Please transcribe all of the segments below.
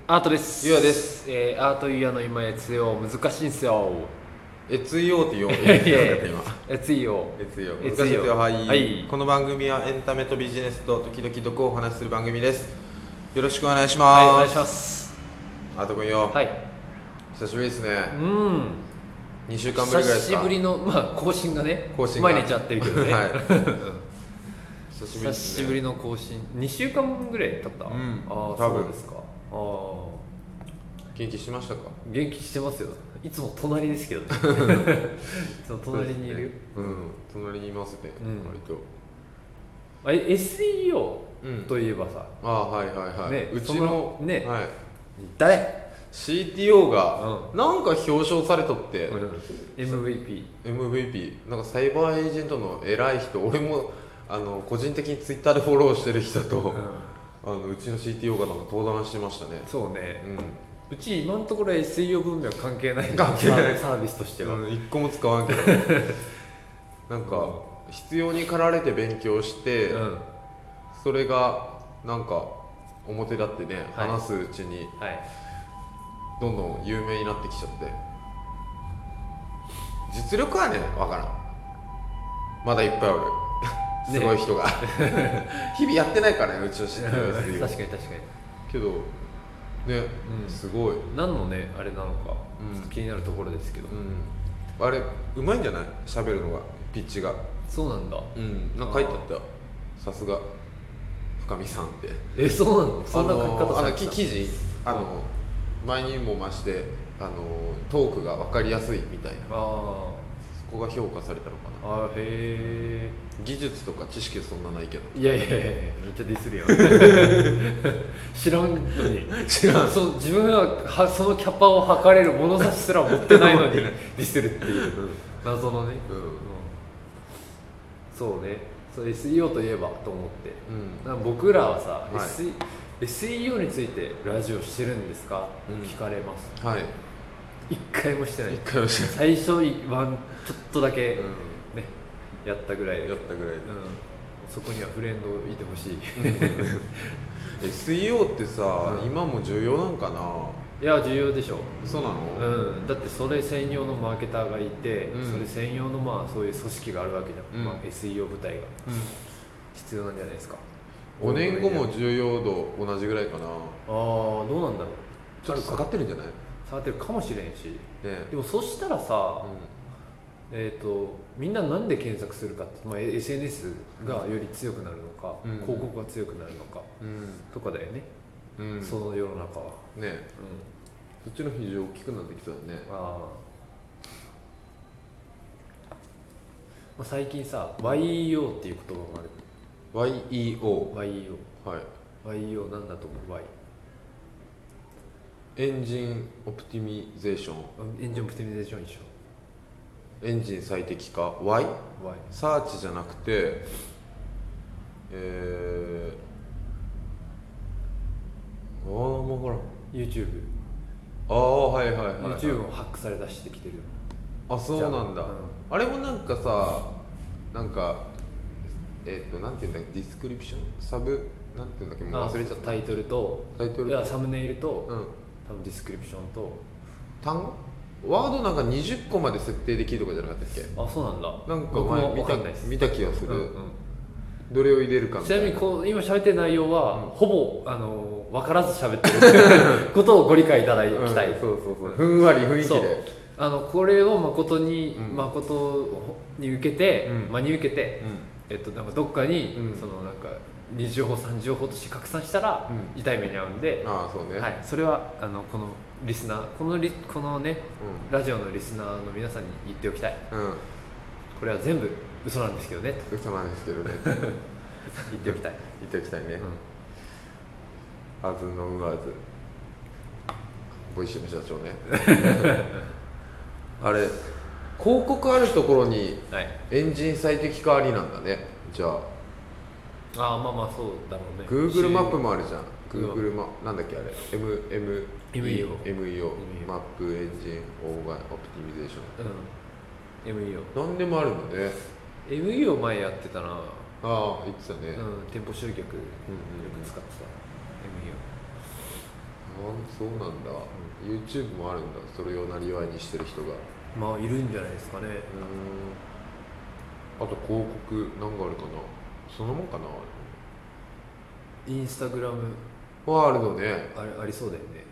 アートです。 ゆうやです。 アートゆうやの今越用難しいんすよ。 越用って言おういやいや今。 越用。 越用。難しいですよ。はい、 はい。 この番組はエンタメとビジネスと時々どこをお話しする番組です。よろしくお願いします。 はい、お願いします。 アートくんよ。 はい。 久しぶりですね。2週間ぶりぐらいですか。 久しぶりの、更新がね、 更新が毎日やってるけどね。 はい久しぶりの更新。2週間ぐらい経った。 あああ、そうですか。ああ。 元気しましたか。 元気してますよ。いつも隣ですけどね。いつも隣にいるよ。 隣にいますね、割と。 SEO といえばさ、 はいはいはい、 ね、 うちのね、 はい、 誰 CTO がなんか表彰されとって、MVP なんかサイバーエージェントの偉い人、俺も個人的にツイッターでフォローしてる人と、うちの CTO がなんか登壇してましたね。 そうね、うち今のところ SEO 文脈関係ない関係ないサービスとしては、 一個も使わんけどなんか必要に駆られて勉強して、それがなんか表立ってね、話すうちに、どんどん有名になってきちゃって、実力はね分からん、まだいっぱいおるすごい人が日々やってないからね、うちの知ってる確かに確かにけどね、すごい何のねあれなのか、気になるところですけど、 あれうまいんじゃない、喋るのが、ピッチが。 そうなんだ。 なんか書いてあったよ、さすが深見さんって。 そうなの、そんな書き方されてた。 記事前にも増してトークが分かりやすいみたいな、そこが評価されたのかな。 へえ。 技術とか知識はそんなないけど。 いやいやいや、めっちゃディスるやん。知らんのに。 知らん。 自分はそのキャパを測れる物差しすら持ってないのにディスるっていう謎のね、そうね、そう SEO といえばと思って、僕らはさ、SEO についてラジオしてるんですか、聞かれます。はい。一回もしてない。最初ちょっとだけね、やったぐらいで、そこにはフレンドいてほしい。 SEO ってさ、今も重要なんかな。 いや、重要でしょ。 そうなの。 だってそれ専用のマーケターがいて、それ専用のそういう組織があるわけじゃん、SEO 部隊が、必要なんじゃないですか。 5年後も重要度同じぐらいかな。 どうなんだろう。 ちょっと下がってるんじゃない。 下がってるかもしれんし、でもそしたらさ、みんななんで検索するかって、SNS がより強くなるのか、広告が強くなるのか、とかだよね、その世の中はね。そっちの比重大きくなってきたよね。 最近さ YEO っていう言葉がある。 YEO。 はい。 YEO なんだと思う。 Y エンジンオプティミゼーション。 エンジンオプティミゼーション一緒。 エンジン最適化。 Y サーチじゃなくてもうほら YouTube。 はい、 YouTube もハックされ出してきてる。 そうなんだ。あれもなんかさ、なんかなんていうんだっけ、ディスクリプション、サブなんていうんだっけ、もう忘れちゃった。 タイトルといやサムネイルと、多分ディスクリプションと単語、ワードなんか20個まで設定できるとかじゃなかったっけ。 そうなんだ。 なんか前見た気がする。どれを入れるかみたいな。 ちなみに今喋ってる内容は、ほぼ分からず喋ってることをご理解いただきたい。 ふんわり雰囲気で、 これを誠に受けて、真に受けて、なんかどっかに、そのなんか二次情報三次情報として拡散したら、痛い目に遭うんで、それはこのリスナー、このね、ラジオのリスナーの皆さんに言っておきたい。これは全部嘘なんですけどね。 嘘なんですけどね。 言っておきたい。 言っておきたいね。アズノウアーズボイシーの社長ね。あれ広告あるところにエンジン最適化ありなんだね。じゃあそうだろうね。 Google マップもあるじゃん。Google なんだっけあれ、MEO マップエンジンオプティミゼーション、 MEO 何でもあるんだね。 MEO 前やってたな。 言ってたね。 店舗集客よく使ってた MEO。 そうなんだ、YouTube もあるんだ、それをなりわいにしてる人が。 まあいるんじゃないですかね。 あと広告なんかあるかな、そのもんかな。 インスタグラムはあるのね。 ありそうだよね。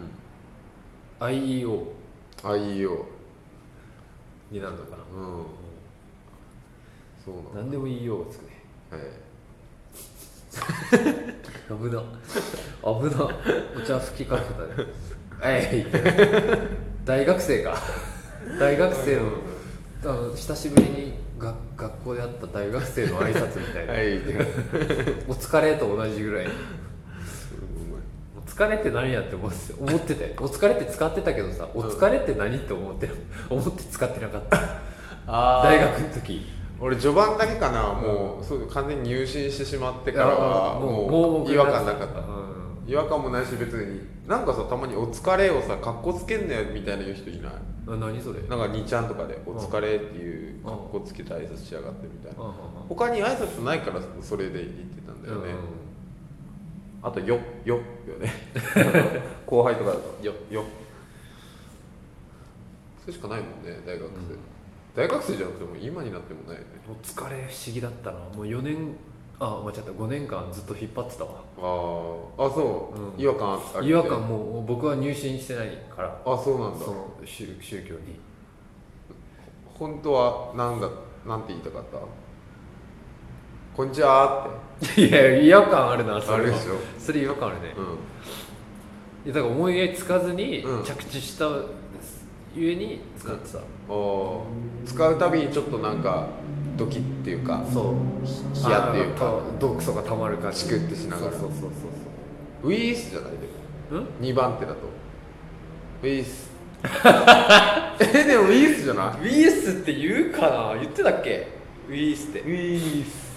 IEO になるのかな。 そうなんだ。 何でも EO がつくね。危なお茶吹きかけたね。大学生か。大学生の久しぶりに学校で会った大学生の挨拶みたいな。お疲れと同じぐらい。お疲れって何やって思ってて、お疲れって使ってたけどさ、お疲れって何って思って使ってなかった。大学の時。 俺序盤だけかな、もうそう完全に入信してしまってからはもう違和感なかった、違和感もないし、別になんかさ、たまにお疲れをさカッコつけんなよみたいな言う人いない？ 何それ？ なんか2ちゃんとかでお疲れっていうカッコつけて挨拶しやがってみたいな。他に挨拶ないからそれで言ってたんだよね。あとよね後輩とかだとよそれしかないもんね、大学生。大学生じゃなくても今になってもないよね。 お疲れ不思議だったな。もう4年間違った、5年間ずっと引っ張ってたわ。 そう、違和感ある。 違和感もう僕は入信してないから。 そうなんだ。 その宗教に。 本当はなんて言いたかった？こんにちはって。いや違和感あるな、それは。 あるでしょ。 それ違和感あるね。いやだから思い合いつかずに着地したゆえに使ってた。 使うたびにちょっとなんかドキっていうか、ヒヤっていうか、 毒素がたまる感じ、 チクってしながら。 そうウィースじゃないでも2番手だとウィースでもウィースじゃない？ ウィースって言うかな？言ってたっけ？ウィースってウィース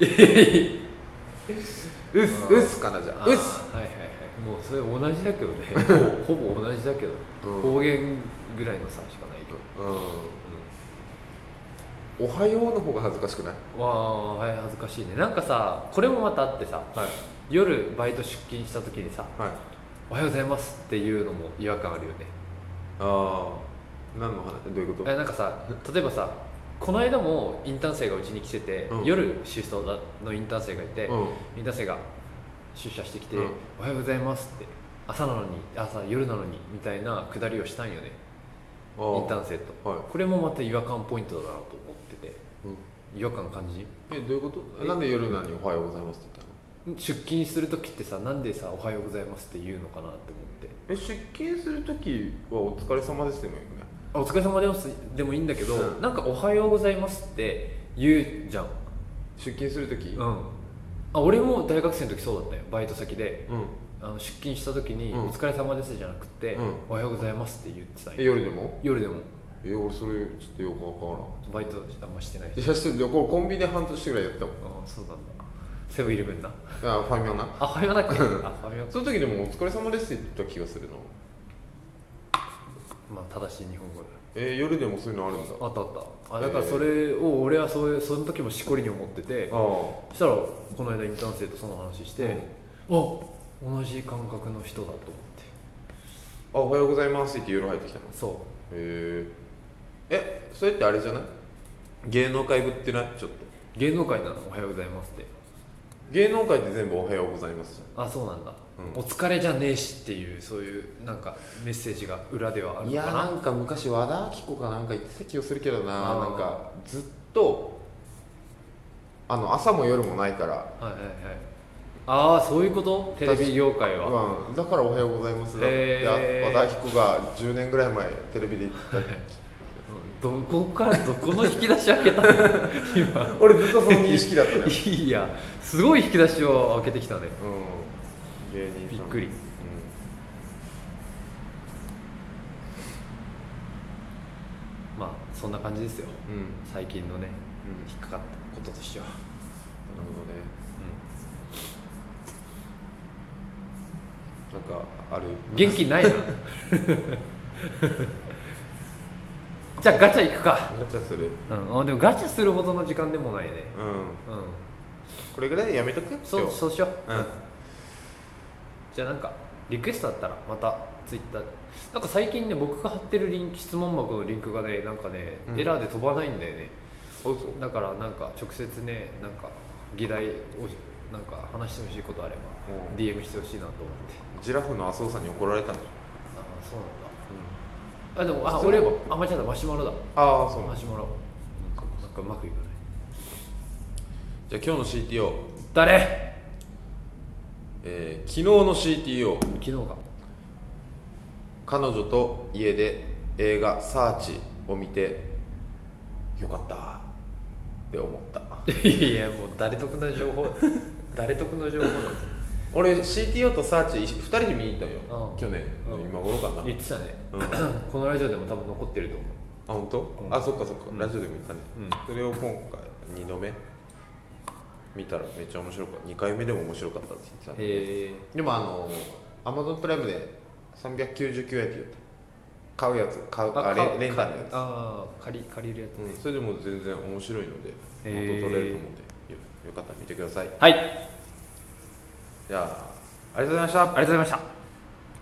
ウスかな、じゃあウス。 もうそれ同じだけどねほぼ同じだけど、方言ぐらいの差しかないと。 おはようの方が恥ずかしくない？ 恥ずかしいね。なんかさ、これもまたあってさ、夜バイト出勤した時にさ、おはようございますっていうのも違和感あるよね。 何の話？どういうこと？ なんかさ、例えばさ、この間もインターン生がうちに来てて、夜シフトのインターン生がいて、インターン生が出社してきて、おはようございますって、夜なのにみたいなくだりをしたんよね、インターン生と。これもまた違和感ポイントだなと思ってて。違和感感じ？ どういうこと？なんで夜なのにおはようございますって言ったの？ 出勤する時ってさ、なんでさおはようございますって言うのかなって思って。 出勤する時はお疲れ様ですでもいいよね。 お疲れ様ですでもいいんだけど、なんかおはようございますって言うじゃん、 出勤する時。 俺も大学生の時そうだったよ。バイト先で、出勤した時に、お疲れ様ですじゃなくて、おはようございますって言ってたよ。 夜でも？ 夜でも。 俺それちょっとよくわからん。 バイトあんましてないし。これコンビニで半年ぐらいやったもん。 そうなんだ。セブンイレブンな。 ファミマな。 ファミマだっけ？ファミマ。 その時でもお疲れ様ですって言った気がするの。 正しい日本語だ。 夜でもそういうのあるんだ。 あった。だからそれを俺はその時もしこりに思ってて、そしたらこの間インターン生とその話して、同じ感覚の人だと思って。 おはようございますって夜入ってきたの？ そう。 それってあれじゃない？芸能界ぶってない？ちょっと芸能界なの？おはようございますって。 芸能界って全部おはようございますじゃん。 そうなんだ。お疲れじゃねえしっていう、そういうなんかメッセージが裏ではあるのかな。 いや、なんか昔和田アキ子かなんか言ってた気がするけどな。なんかずっと朝も夜もないから。 そういうこと？テレビ業界は。 だからおはようございますだって。和田アキ子が10年ぐらい前テレビで言ってたどこからどこの引き出し開けたの今。 俺ずっとその認識だったね。 いや、すごい引き出しを開けてきたね。 芸人びっくり。そんな感じですよ、最近のね、引っかかったこととしては。なるほどね。なんかある？ 元気ないな。じゃあガチャ行くか。 ガチャする。 でもガチャするほどの時間でもないね。 これぐらいでやめとく？ そうしよう。じゃあなんかリクエストだったらまたツイッターなんか最近ね僕が貼ってる質問箱のリンクがねなんかね、エラーで飛ばないんだよね。だからなんか直接ねなんか議題をなんか話してほしいことあれば DM してほしいなと思って。 ジラフの麻生さんに怒られたんじゃん。 ああそうなんだ、でも俺間違えたマシュマロだ。 ああそうマシュマロ、なんかうまくいかない。 じゃあ今日の CTO 誰？ 昨日の CTO 昨日か。 彼女と家で映画サーチを見てよかったって思った。 いやもう誰得な情報誰得の情報なんですよ。 俺 CTO とサーチ2人で見に行ったよ、去年の今頃かな。 言ってたね、このラジオでも多分残ってると思う。 あ本当？あそっかそっか、ラジオでも言ったね、それを今回2度目見たらめっちゃ面白かった。2回目でも面白かったって言ってたんで、でもAmazon プライムで399円って言った。買うやつレンタルのやつ、 借りるやつ、 それでも全然面白いので元取れると思うんでよかったら見てください。 はい、 じゃあありがとうございました。 ありがとうございました。